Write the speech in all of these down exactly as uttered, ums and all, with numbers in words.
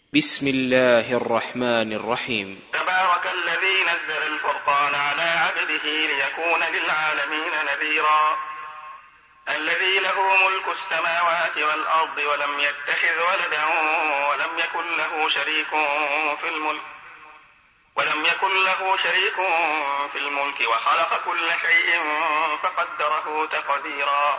بسم الله الرحمن الرحيم. تبارك الذي نزل الفرقان على عبده ليكون للعالمين نذيرا. الذي له ملك السماوات والأرض ولم يتخذ ولدا ولم يكن له شريك في الملك ولم يكن له شريك في الملك وخلق كل شيء فقدره تقديرا.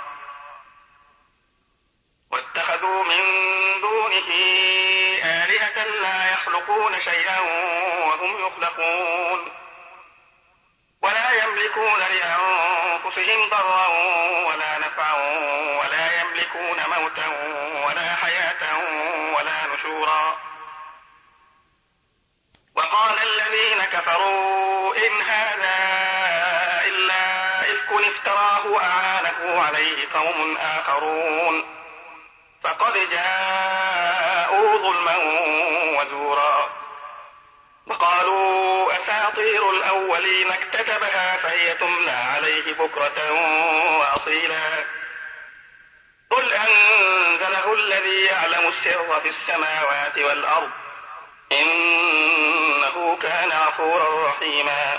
واتخذوا من دونه آلهة لا يخلقون شيئا وهم يخلقون ولا يملكون لأنفسهم ضرا ولا نفعا ولا يملكون موتا ولا حياة ولا نشورا. وقال الذين كفروا إن هذا إلا إفك افتراه أعانه عليه قوم آخرون فقد جاءوا ظلما وزورا. وقالوا أساطير الأولين اكتتبها فهي تملى عليه بكرة وأصيلا. قل أنزله الذي يعلم السر في السماوات والأرض إنه كان غفورا رحيما.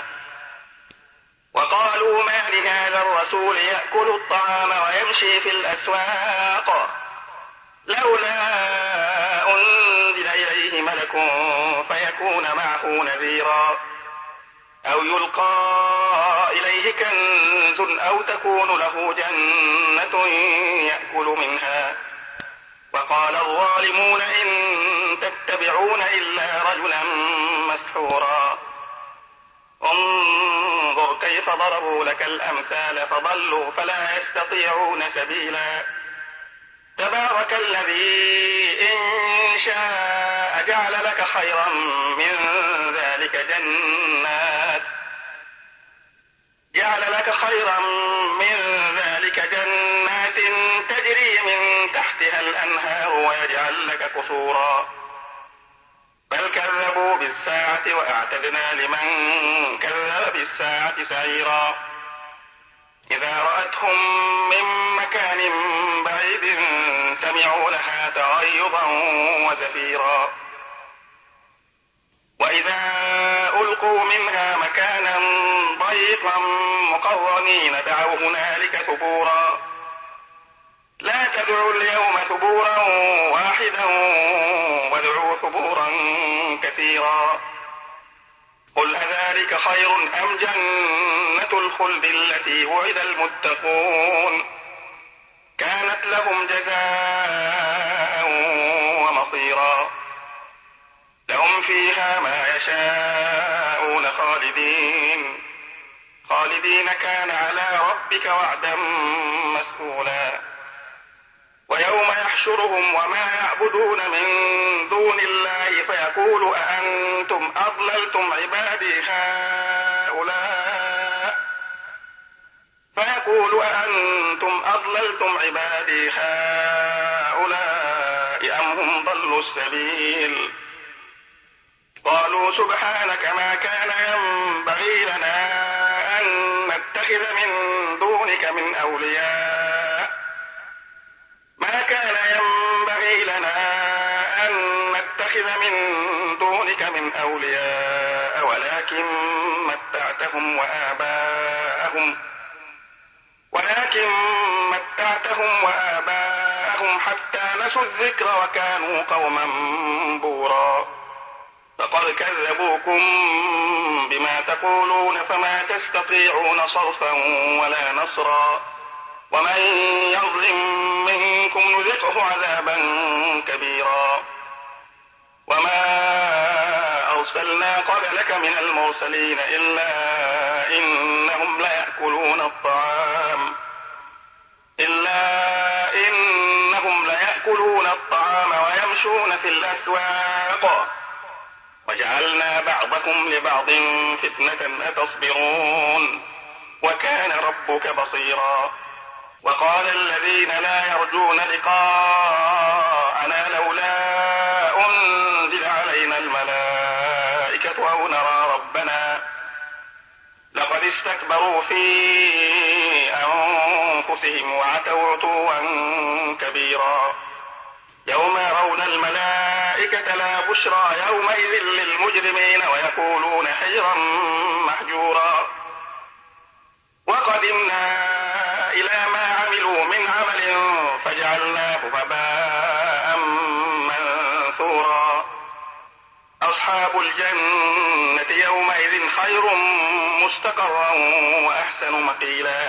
وقالوا ما لهذا الرسول يأكل الطعام ويمشي في الأسواق لولا أنزل إليه ملك فيكون معه نذيرا أو يلقى إليه كنز أو تكون له جنة يأكل منها. وقال الظالمون إن تتبعون إلا رجلا مسحورا. انظر كيف ضربوا لك الأمثال فضلوا فلا يستطيعون سبيلا. تبارك الذي إن شاء جعل لك خيرا من ذلك جنات جعل لك خيرا من ذلك جنات تجري من تحتها الأنهار ويجعل لك قصورا. بل كذبوا بالساعة وأعتدنا لمن كذب بالساعة سعيرا. إذا رأتهم من مكان بعيد سمعوا لها تغيظا وزفيرا. وإذا ألقوا منها مكانا ضيقا مقرنين دعوا هنالك ثبورا. لا تدعوا اليوم ثبورا واحدا وادعوا ثبورا كثيرا. قل أذلك خير أم جنة الخلد التي وعد المتقون كانت لهم جزاء ومصيرا. لهم فيها ما يشاءون خالدين خالدين كان على ربك وعدا مسئولا. ويوم يحشرهم وما يعبدون من دون الله فيقول أأنتم أضللتم عبادي هؤلاء فيقول أأنتم أضللتم عبادي هؤلاء أم هم ضلوا السبيل. قالوا سبحانك ما كان ينبغي لنا أن نتخذ من دونك من أولياء ما كان ينبغي لنا أن نتخذ من دونك من أولياء ولكن متعتهم وآباءهم ولكن متعتهم وآباءهم حتى نسوا الذكر وكانوا قوما بورا. فقد كذبوكم بما تقولون فما تستطيعون صرفا ولا نصرا. ومن يظلم منكم نذقه عذابا كبيرا. وما أرسلنا قبلك من المرسلين إلا إنهم ليأكلون الطعام إلا إنهم ليأكلون الطعام ويمشون في الأسواق وجعلنا بعضكم لبعض فتنة أتصبرون وكان ربك بصيرا. وقال الذين لا يرجون لقاءنا لولا أنزل علينا الملائكة أو نرى ربنا لقد استكبروا في أنفسهم وعتوا عتوا كبيرا. يوم يرون الملائكة الملائكة لا بشرى يومئذ للمجرمين ويقولون حجرا محجورا وقدمنا إلى ما عملوا من عمل فجعلناه هباء منثورا أصحاب الجنة يومئذ خير مستقرا وأحسن مقيلا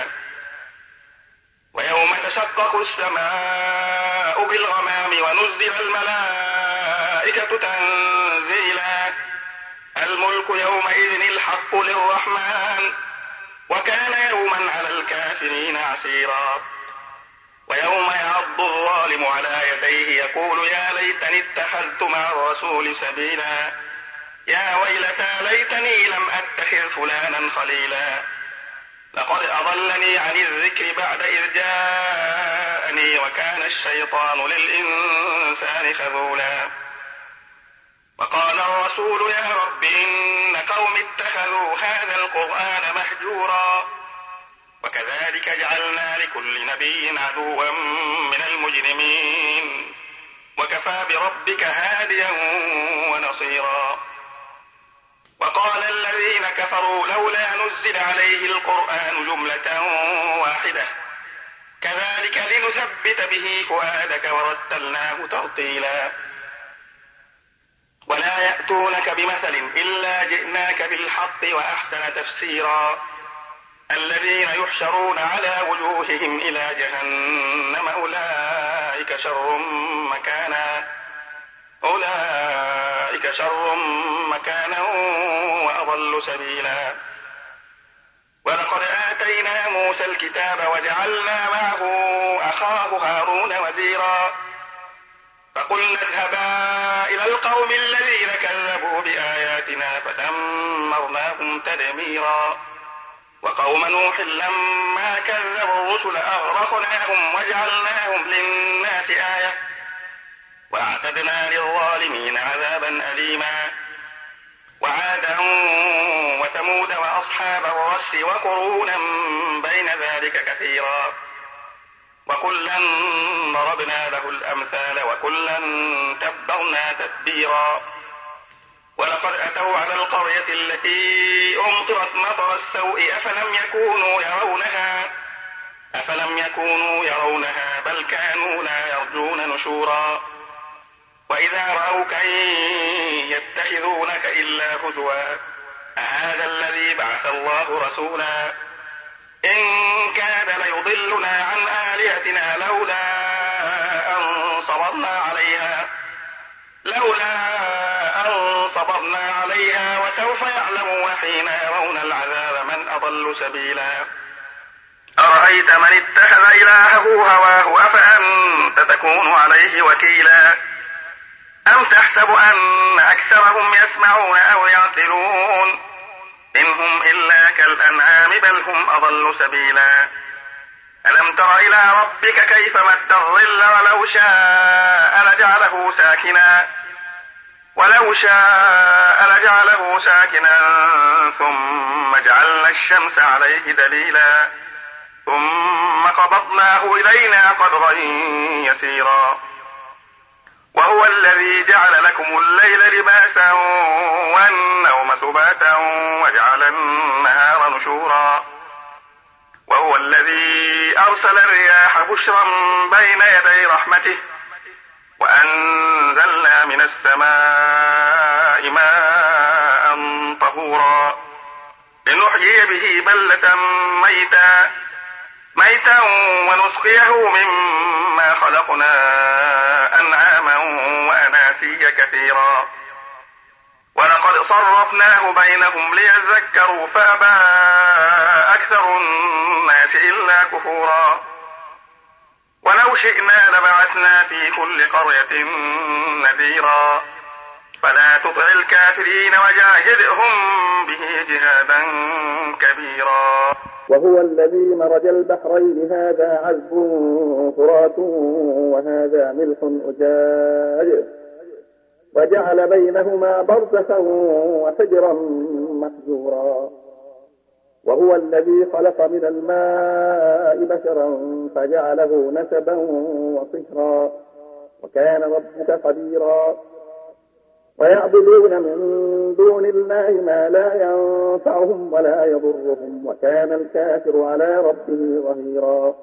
ويوم تشقق السماء بالغمام ونزل الملائكة تنزيلا الملك يومئذ الحق للرحمن وكان يوما على الكافرين عسيرا ويوم يعض الظالم على يديه يقول يا ليتني اتخذت مع الرسول سبيلا يا ويلتى ليتني لم أتخذ فلانا خليلا لقد أضلني عن الذكر بعد إذ جاءني وكان الشيطان للإنسان خذولا وقال الرسول يا رب إن قوم اتخذوا هذا القرآن مهجورا وكذلك جعلنا لكل نبي عدوا من المجرمين وكفى بربك هاديا ونصيرا وقال الذين كفروا لولا نزل عليه القرآن جملة واحدة كذلك لنثبت به فؤادك ورتلناه ترتيلا ولا يأتونك بمثل إلا جئناك بالحق وأحسن تفسيرا الذين يحشرون على وجوههم إلى جهنم أولئك شر مكانا أولئك شر مكانا وأضل سبيلا ولقد آتينا موسى الكتاب وجعلنا معه أخاه هارون وزيرا فقلنا اذهبا إلى القوم الذين كذبوا بآياتنا فدمرناهم تدميرا وقوم نوح لما كذبوا الرسل أغرقناهم وجعلناهم للناس آية وأعتدنا للظالمين عذابا أليما وعادا وثمود وأصحاب الرس وقرونا بين ذلك كثيرا وكلا ضربنا له الأمثال وكلا تبرنا تتبيرا ولقد أتوا على القرية التي أمطرت مطر السوء أفلم يكونوا يرونها أفلم يكونوا يرونها بل كانوا لا يرجون نشورا وإذا رأوك إن يتخذونك إلا هزوا أهذا الذي بعث الله رسولا إن كاد ليضلنا عن آلهتنا لولا أن صبرنا عليها لولا أن صبرنا عليها وسوف يعلمون حين يرون العذاب من أضل سبيلا أرأيت من اتخذ إلهه هواه أفأنت تكون عليه وكيلا أم تحسب أن أكثرهم يسمعون أو يعقلون إن هم إلا كالأنعام بل هم أضل سبيلا ألم تر إلى ربك كيف مد الظل ولو شاء لجعله ساكنا ولو شاء لجعله ساكنا ثم جعلنا الشمس عليه دليلا ثم قبضناه إلينا قبضا يسيرا وهو الذي جعل لكم الليل لباسا والنوم سباتا وجعل النهار نشورا وهو الذي أرسل الرياح بشرا بين يدي رحمته وأنزلنا من السماء ماء طهورا لنحيي به بلة ميتا ميتا ونسقيه مما خلقنا أنعاما وأناسيا كثيرا ولقد صرفناه بينهم ليذكروا فأبى أكثر الناس إلا كفورا ولو شئنا لبعثنا في كل قرية نذيرا فلا تطع الكافرين وجاهدهم به جهادا كبيرا وهو الذي مرج البحرين هذا عذب فرات وهذا ملح أجاج وجعل بينهما برزخا وحجرا محجورا وهو الذي خلق من الماء بشرا فجعله نسبا وصهرا وكان ربك قديرا ويعبدون من دون الله ما لا ينفعهم ولا يضرهم وكان الكافر على ربه ظهيرا.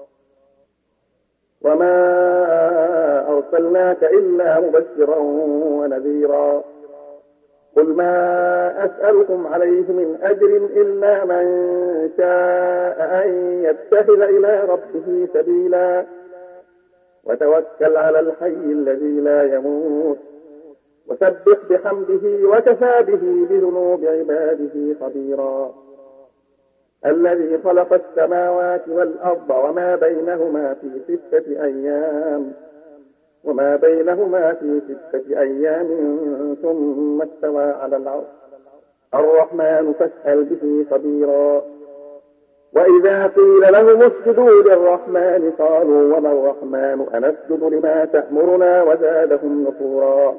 وما أرسلناك إلا مبشرا ونذيرا. قل ما أسألكم عليه من أجر إلا من شاء أن يتخذ إلى ربه سبيلا وتوكل على الحي الذي لا يموت وسبح بحمده وكفى به بذنوب عباده خبيرا. الذي خلق السماوات والأرض وما بينهما في ستة أيام وما بينهما في ستة أيام ثم استوى على العرش الرحمن فاسأل به خبيرا. وإذا قيل لهم اسجدوا للرحمن قالوا وما الرحمن أنسجد لما تأمرنا وزادهم نفورا.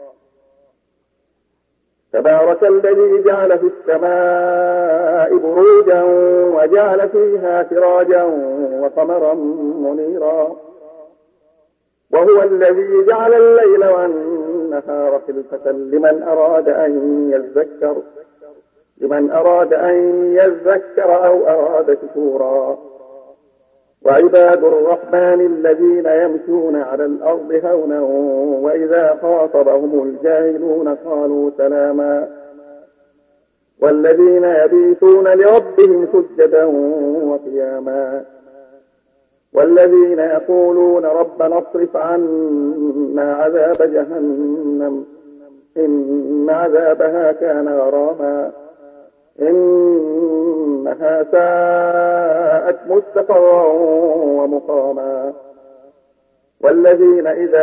تبارك الذي جعل في السماء بروجا وجعل فيها سراجا وقمرا منيرا. وهو الذي جعل الليل والنهار خلفة لمن أراد أن يذكر لمن أراد أن يذكر أو أراد شكورا. وعباد الرحمن الذين يمشون على الأرض هونا وإذا خاطبهم الجاهلون قالوا سلاما. والذين يبيتون لربهم سجدا وقياما. والذين يقولون ربنا اصرف عنا عذاب جهنم إن عذابها كان غراما إنها ساءت مستقرا ومقاما. والذين إذا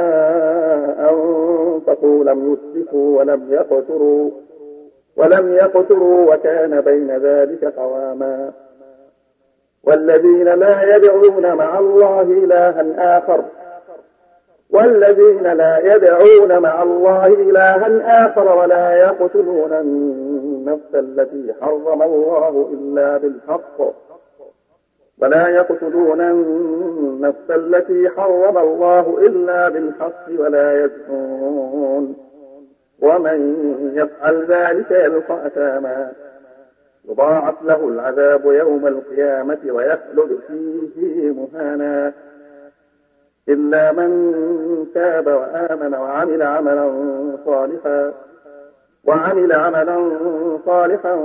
أنفقوا لم يسرفوا ولم يقتروا ولم يقتروا وكان بين ذلك قواما. والذين لا يدعون مع الله إلها آخر والذين لا يدعون مع الله إلها آخر ولا يقتلون النفس التي حرم الله إلا بالحق ولا يقتلون النفس التي حرم الله إلا بالحق ولا يزنون ومن يفعل ذلك يلقى أثاما يضاعف له العذاب يوم القيامة ويخلد فيه مهانا إلا من تاب وآمن وعمل عملا صالحا وعمل عملا صالحا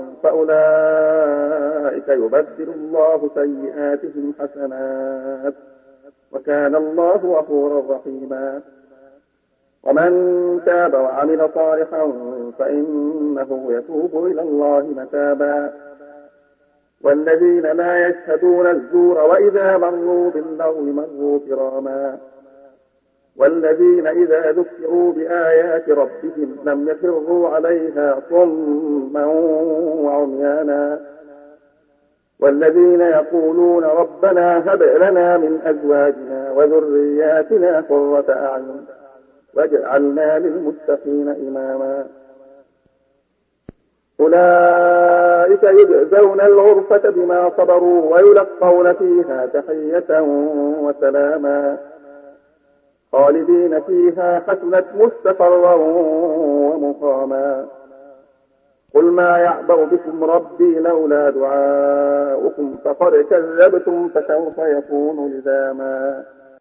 فأولئك يبدل الله سيئاتهم حسنات وكان الله غفورا رحيما. ومن تاب وعمل صالحا فإنه يتوب إلى الله متابا. والذين لا يشهدون الزور وإذا مروا باللغو مروا كراما. والذين إذا ذكروا بآيات ربهم لم يخروا عليها صما وعميانا. والذين يقولون ربنا هب لنا من أزواجنا وذرياتنا قرة أعين واجعلنا للمتقين إماما. أولئك يجزون الغرفة بما صبروا ويلقون فيها تحية وسلاما خالدين فيها حسنت مستقرا ومقاما. قل ما يعبأ بكم ربي لولا دعاؤكم فقد كذبتم فسوف يكون لزاما.